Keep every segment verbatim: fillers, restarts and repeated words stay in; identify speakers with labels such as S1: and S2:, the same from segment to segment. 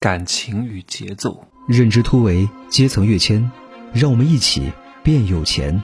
S1: 感情与节奏，
S2: 认知突围，阶层跃迁，让我们一起变有钱。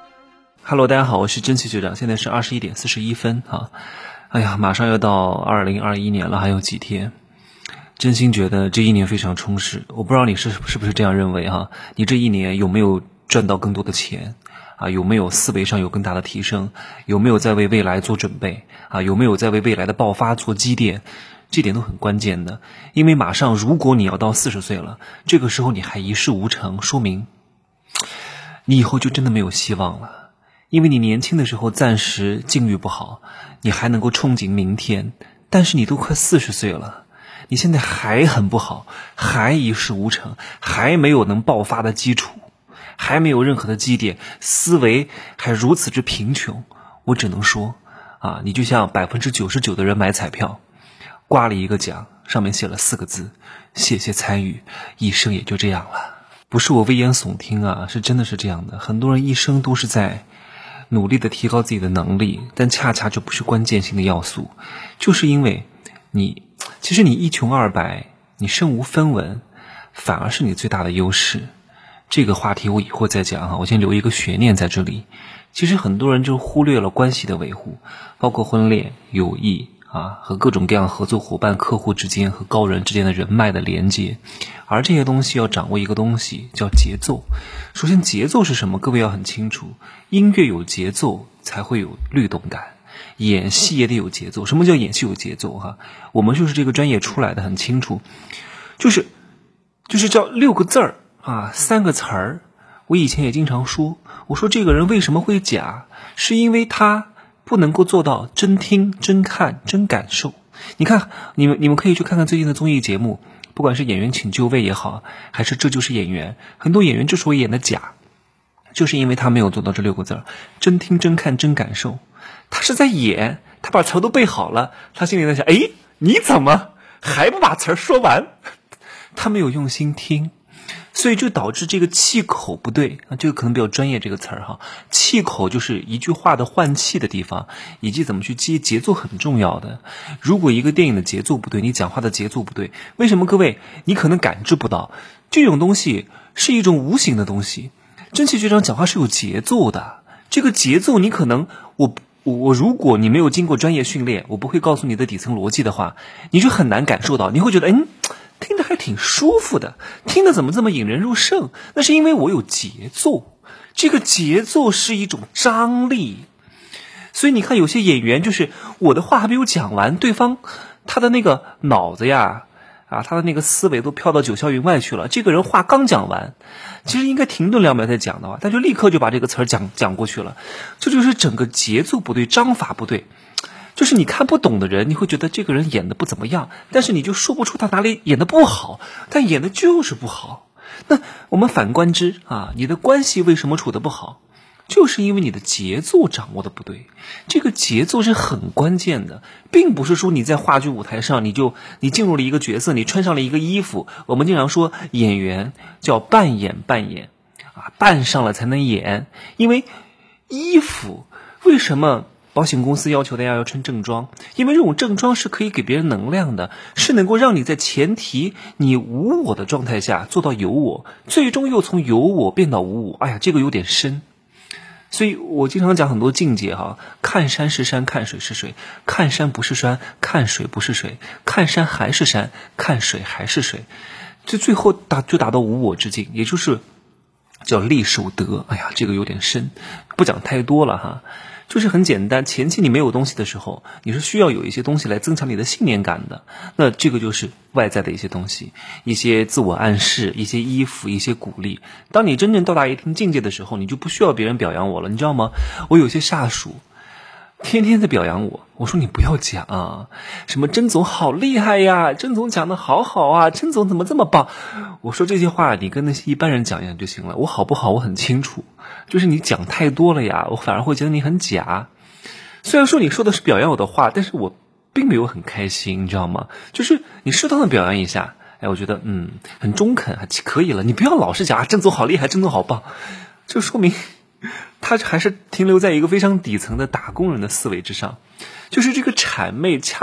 S1: Hello， 大家好，我是真奇学长，现在是二十一点四十一分啊。哎呀，马上要到二零二一年了，还有几天。真心觉得这一年非常充实，我不知道你是是不是这样认为哈？你这一年有没有赚到更多的钱啊？有没有思维上有更大的提升？有没有在为未来做准备啊？有没有在为未来的爆发做积淀？这点都很关键的，因为马上如果你要到四十岁了，这个时候你还一事无成，说明你以后就真的没有希望了。因为你年轻的时候暂时境遇不好，你还能够憧憬明天，但是你都快四十岁了，你现在还很不好，还一事无成，还没有能爆发的基础，还没有任何的积淀，思维还如此之贫穷。我只能说啊，你就像百分之九十九的人买彩票，刮了一个奖，上面写了四个字：谢谢参与，一生也就这样了。不是我危言耸听啊，是真的是这样的。很多人一生都是在努力的提高自己的能力，但恰恰这不是关键性的要素，就是因为你其实你一穷二白，你身无分文，反而是你最大的优势。这个话题我以后再讲哈，我先留一个悬念在这里。其实很多人就忽略了关系的维护，包括婚恋、友谊啊，和各种各样合作伙伴、客户之间和高人之间的人脉的连接，而这些东西要掌握一个东西叫节奏。首先节奏是什么？各位要很清楚，音乐有节奏才会有律动感，演戏也得有节奏。什么叫演戏有节奏哈？我们就是这个专业出来的，很清楚，就是就是叫六个字儿啊，三个词儿。我以前也经常说，我说这个人为什么会假，是因为他不能够做到真听、真看、真感受。你看，你们你们可以去看看最近的综艺节目，不管是演员请就位也好，还是这就是演员，很多演员之所以演的假，就是因为他没有做到这六个字：真听、真看、真感受。他是在演，他把词都背好了，他心里在想：哎，你怎么还不把词说完？他没有用心听。所以就导致这个气口不对啊，这个可能比较专业这个词儿哈。气口就是一句话的换气的地方，以及怎么去接，节奏很重要的。如果一个电影的节奏不对，你讲话的节奏不对，为什么各位你可能感知不到？这种东西是一种无形的东西。真奇学长讲话是有节奏的，这个节奏你可能我我我如果你没有经过专业训练，我不会告诉你的底层逻辑的话，你就很难感受到，你会觉得嗯。听着还挺舒服的，听着怎么这么引人入胜？那是因为我有节奏，这个节奏是一种张力。所以你看有些演员就是我的话还没有讲完，对方他的那个脑子呀啊，他的那个思维都飘到九霄云外去了，这个人话刚讲完，其实应该停顿两秒再讲的话，他就立刻就把这个词儿讲讲过去了。这就是整个节奏不对，章法不对。就是你看不懂的人，你会觉得这个人演的不怎么样，但是你就说不出他哪里演的不好，但演的就是不好。那我们反观之啊，你的关系为什么处得不好？就是因为你的节奏掌握的不对。这个节奏是很关键的，并不是说你在话剧舞台上，你就你进入了一个角色，你穿上了一个衣服。我们经常说演员叫扮演扮演啊，扮上了才能演。因为衣服为什么保险公司要求大家要穿正装？因为这种正装是可以给别人能量的，是能够让你在前提你无我的状态下做到有我，最终又从有我变到无我。哎呀，这个有点深。所以我经常讲很多境界哈，看山是山，看水是水，看山不是山，看水不是水，看山还是山，看水还是水，这最后达就达到无我之境，也就是叫力守德。哎呀，这个有点深，不讲太多了哈。就是很简单，前期你没有东西的时候，你是需要有一些东西来增强你的信念感的。那这个就是外在的一些东西，一些自我暗示，一些衣服，一些鼓励。当你真正到达一定境界的时候，你就不需要别人表扬我了，你知道吗？我有些下属天天在表扬我，我说你不要讲啊，什么甄总好厉害呀，甄总讲的好好啊，甄总怎么这么棒？我说这些话你跟那些一般人讲一讲就行了，我好不好我很清楚，就是你讲太多了呀，我反而会觉得你很假。虽然说你说的是表扬我的话，但是我并没有很开心，你知道吗？就是你适当的表扬一下，哎，我觉得嗯很中肯，还可以了。你不要老是讲啊，甄总好厉害，甄总好棒，这说明他还是停留在一个非常底层的打工人的思维之上，就是这个谄媚恰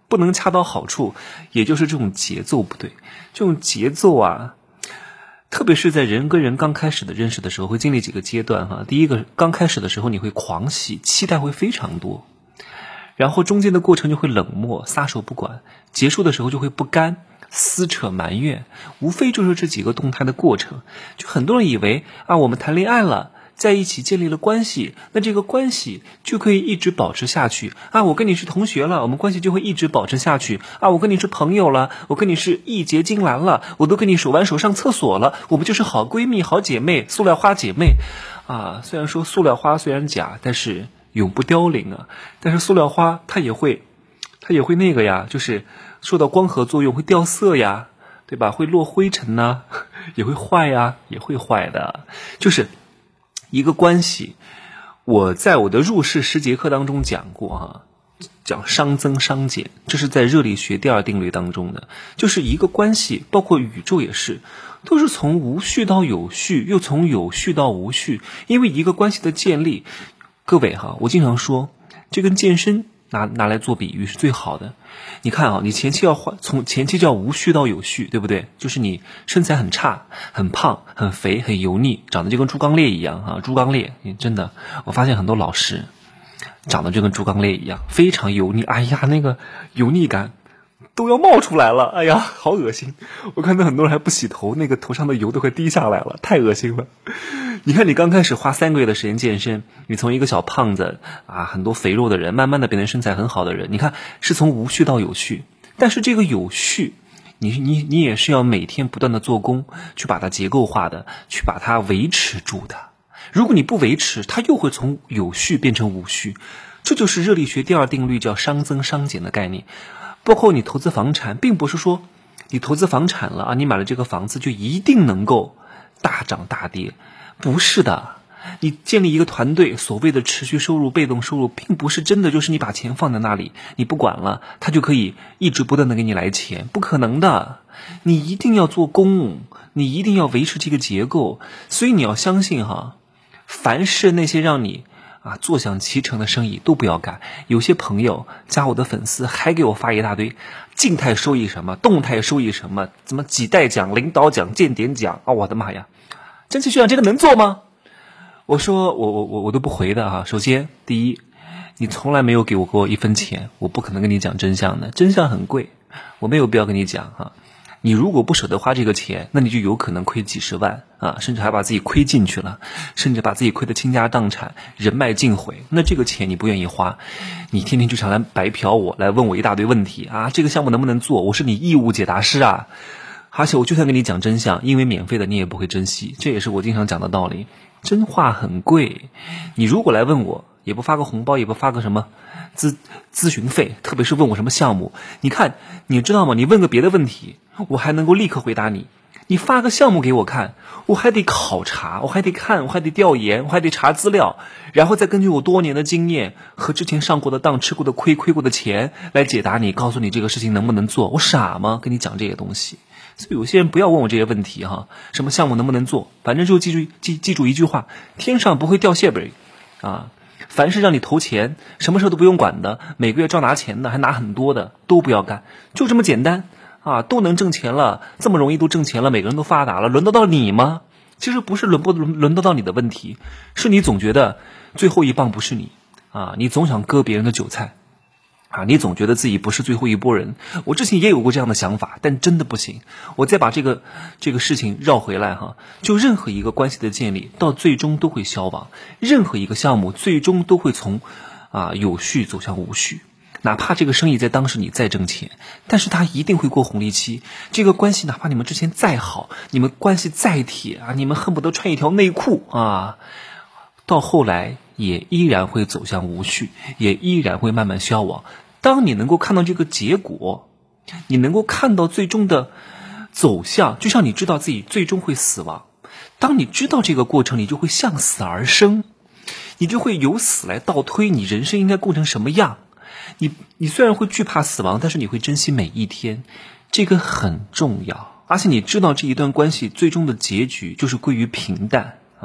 S1: 不能恰到好处，也就是这种节奏不对。这种节奏啊，特别是在人跟人刚开始的认识的时候，会经历几个阶段哈。第一个，刚开始的时候你会狂喜，期待会非常多，然后中间的过程就会冷漠，撒手不管，结束的时候就会不甘，撕扯埋怨，无非就是这几个动态的过程。就很多人以为啊，我们谈恋爱了，在一起建立了关系，那这个关系就可以一直保持下去啊！我跟你是同学了，我们关系就会一直保持下去啊！我跟你是朋友了，我跟你是义结金兰了，我都跟你手挽手上厕所了，我们就是好闺蜜、好姐妹、塑料花姐妹啊！虽然说塑料花虽然假，但是永不凋零啊！但是塑料花它也会，它也会那个呀，就是受到光合作用会掉色呀，对吧？会落灰尘呐、啊，也会坏呀，也会坏的，就是一个关系。我在我的入世十节课当中讲过哈、啊，讲熵增熵减，这是在热力学第二定律当中的，就是一个关系，包括宇宙也是，都是从无序到有序，又从有序到无序。因为一个关系的建立，各位哈，我经常说，这跟健身拿拿来做比喻是最好的。你看啊，你前期要换，从前期叫无序到有序，对不对？就是你身材很差、很胖、很肥、很油腻，长得就跟猪刚鬣一样啊！猪刚鬣，真的，我发现很多老师长得就跟猪刚鬣一样，非常油腻。哎呀，那个油腻感都要冒出来了，哎呀，好恶心！我看到很多人还不洗头，那个头上的油都快滴下来了，太恶心了。你看，你刚开始花三个月的时间健身，你从一个小胖子啊，很多肥肉的人，慢慢的变成身材很好的人，你看是从无序到有序。但是这个有序，你你你也是要每天不断的做工，去把它结构化的，去把它维持住的。如果你不维持，它又会从有序变成无序。这就是热力学第二定律，叫熵增熵减的概念。包括你投资房产，并不是说你投资房产了啊，你买了这个房子就一定能够大涨大跌。不是的，你建立一个团队，所谓的持续收入、被动收入，并不是真的就是你把钱放在那里，你不管了，它就可以一直不断的给你来钱，不可能的。你一定要做工，你一定要维持这个结构。所以你要相信哈，凡是那些让你啊坐享其成的生意都不要干。有些朋友加我的粉丝还给我发一大堆静态收益什么，动态收益什么，怎么几代奖、领导奖、见点奖啊！我的妈呀！真奇学长这个能做吗？我说我我我我都不回的哈。首先，第一，你从来没有给我过一分钱，我不可能跟你讲真相的，真相很贵，我没有必要跟你讲哈。你如果不舍得花这个钱，那你就有可能亏几十万啊，甚至还把自己亏进去了，甚至把自己亏得倾家荡产、人脉尽毁。那这个钱你不愿意花，你天天就想来白嫖我，来问我一大堆问题啊，这个项目能不能做？我是你义务解答师啊。而且我就算跟你讲真相，因为免费的你也不会珍惜，这也是我经常讲的道理。真话很贵，你如果来问我，也不发个红包，也不发个什么咨咨询费，特别是问我什么项目，你看，你知道吗？你问个别的问题，我还能够立刻回答你。你发个项目给我看，我还得考察，我还得看，我还得调研，我还得查资料，然后再根据我多年的经验和之前上过的当、吃过的亏、亏过的钱来解答你，告诉你这个事情能不能做。我傻吗？跟你讲这些东西。所以有些人不要问我这些问题哈，什么项目能不能做，反正就记住记记住一句话：天上不会掉馅饼啊！凡是让你投钱，什么事都不用管的，每个月照拿钱的，还拿很多的，都不要干，就这么简单啊！都能挣钱了，这么容易都挣钱了，每个人都发达了，轮得到你吗？其实不是轮不轮轮得到你的问题，是你总觉得最后一棒不是你啊，你总想割别人的韭菜。啊，你总觉得自己不是最后一波人，我之前也有过这样的想法，但真的不行。我再把这个这个事情绕回来哈，就任何一个关系的建立，到最终都会消亡；任何一个项目最终都会从啊有序走向无序。哪怕这个生意在当时你再挣钱，但是它一定会过红利期。这个关系哪怕你们之前再好，你们关系再铁啊，你们恨不得穿一条内裤啊，到后来也依然会走向无序，也依然会慢慢消亡。当你能够看到这个结果，你能够看到最终的走向，就像你知道自己最终会死亡，当你知道这个过程，你就会向死而生，你就会由死来倒推你人生应该过成什么样。你你虽然会惧怕死亡，但是你会珍惜每一天，这个很重要。而且你知道这一段关系最终的结局就是归于平淡啊。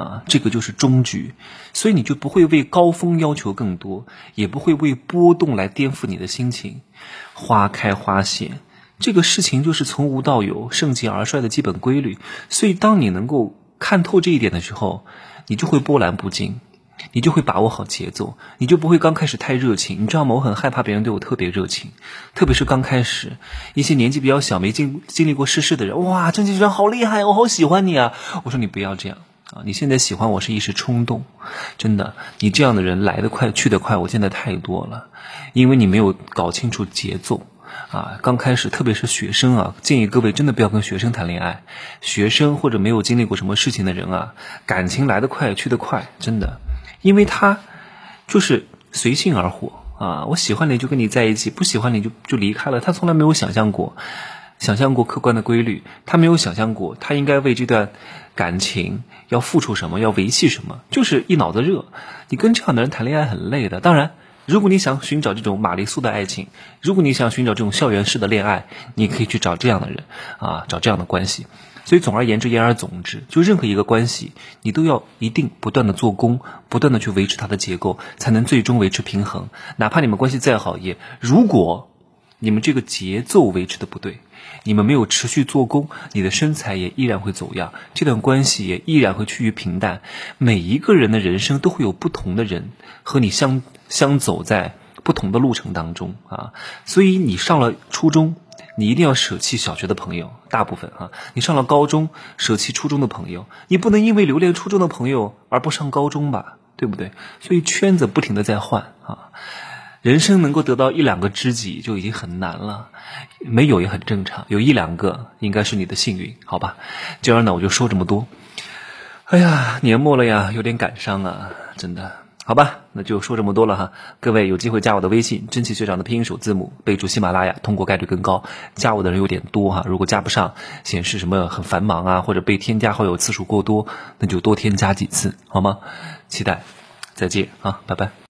S1: 啊，这个就是终局，所以你就不会为高峰要求更多，也不会为波动来颠覆你的心情。花开花谢，这个事情就是从无到有，盛极而衰的基本规律。所以当你能够看透这一点的时候，你就会波澜不惊，你就会把握好节奏，你就不会刚开始太热情。你知道吗？我很害怕别人对我特别热情，特别是刚开始一些年纪比较小没经经历过世事的人，哇，郑局长好厉害，我好喜欢你啊！我说你不要这样啊！你现在喜欢我是一时冲动，真的，你这样的人来得快去得快，我见得太多了，因为你没有搞清楚节奏啊！刚开始特别是学生啊，建议各位真的不要跟学生谈恋爱，学生或者没有经历过什么事情的人啊，感情来得快去得快，真的，因为他就是随性而活啊！我喜欢你就跟你在一起，不喜欢你就就离开了。他从来没有想象过想象过客观的规律，他没有想象过他应该为这段感情要付出什么，要维系什么，就是一脑子热。你跟这样的人谈恋爱很累的。当然如果你想寻找这种玛丽苏的爱情，如果你想寻找这种校园式的恋爱，你可以去找这样的人啊，找这样的关系。所以总而言之，言而总之，就任何一个关系，你都要一定不断的做工，不断的去维持它的结构，才能最终维持平衡。哪怕你们关系再好，也如果你们这个节奏维持的不对，你们没有持续做工，你的身材也依然会走样，这段关系也依然会趋于平淡。每一个人的人生都会有不同的人和你相相走在不同的路程当中啊，所以你上了初中，你一定要舍弃小学的朋友，大部分啊，你上了高中，舍弃初中的朋友，你不能因为留恋初中的朋友而不上高中吧，对不对？所以圈子不停的在换啊。人生能够得到一两个知己就已经很难了，没有也很正常，有一两个应该是你的幸运，好吧？这样呢，我就说这么多。哎呀，年末了呀，有点感伤啊，真的。好吧，那就说这么多了哈。各位有机会加我的微信，真奇学长的拼音首字母，备注喜马拉雅，通过概率更高。加我的人有点多哈，如果加不上，显示什么很繁忙啊，或者被添加好友次数过多，那就多添加几次，好吗？期待，再见啊，拜拜。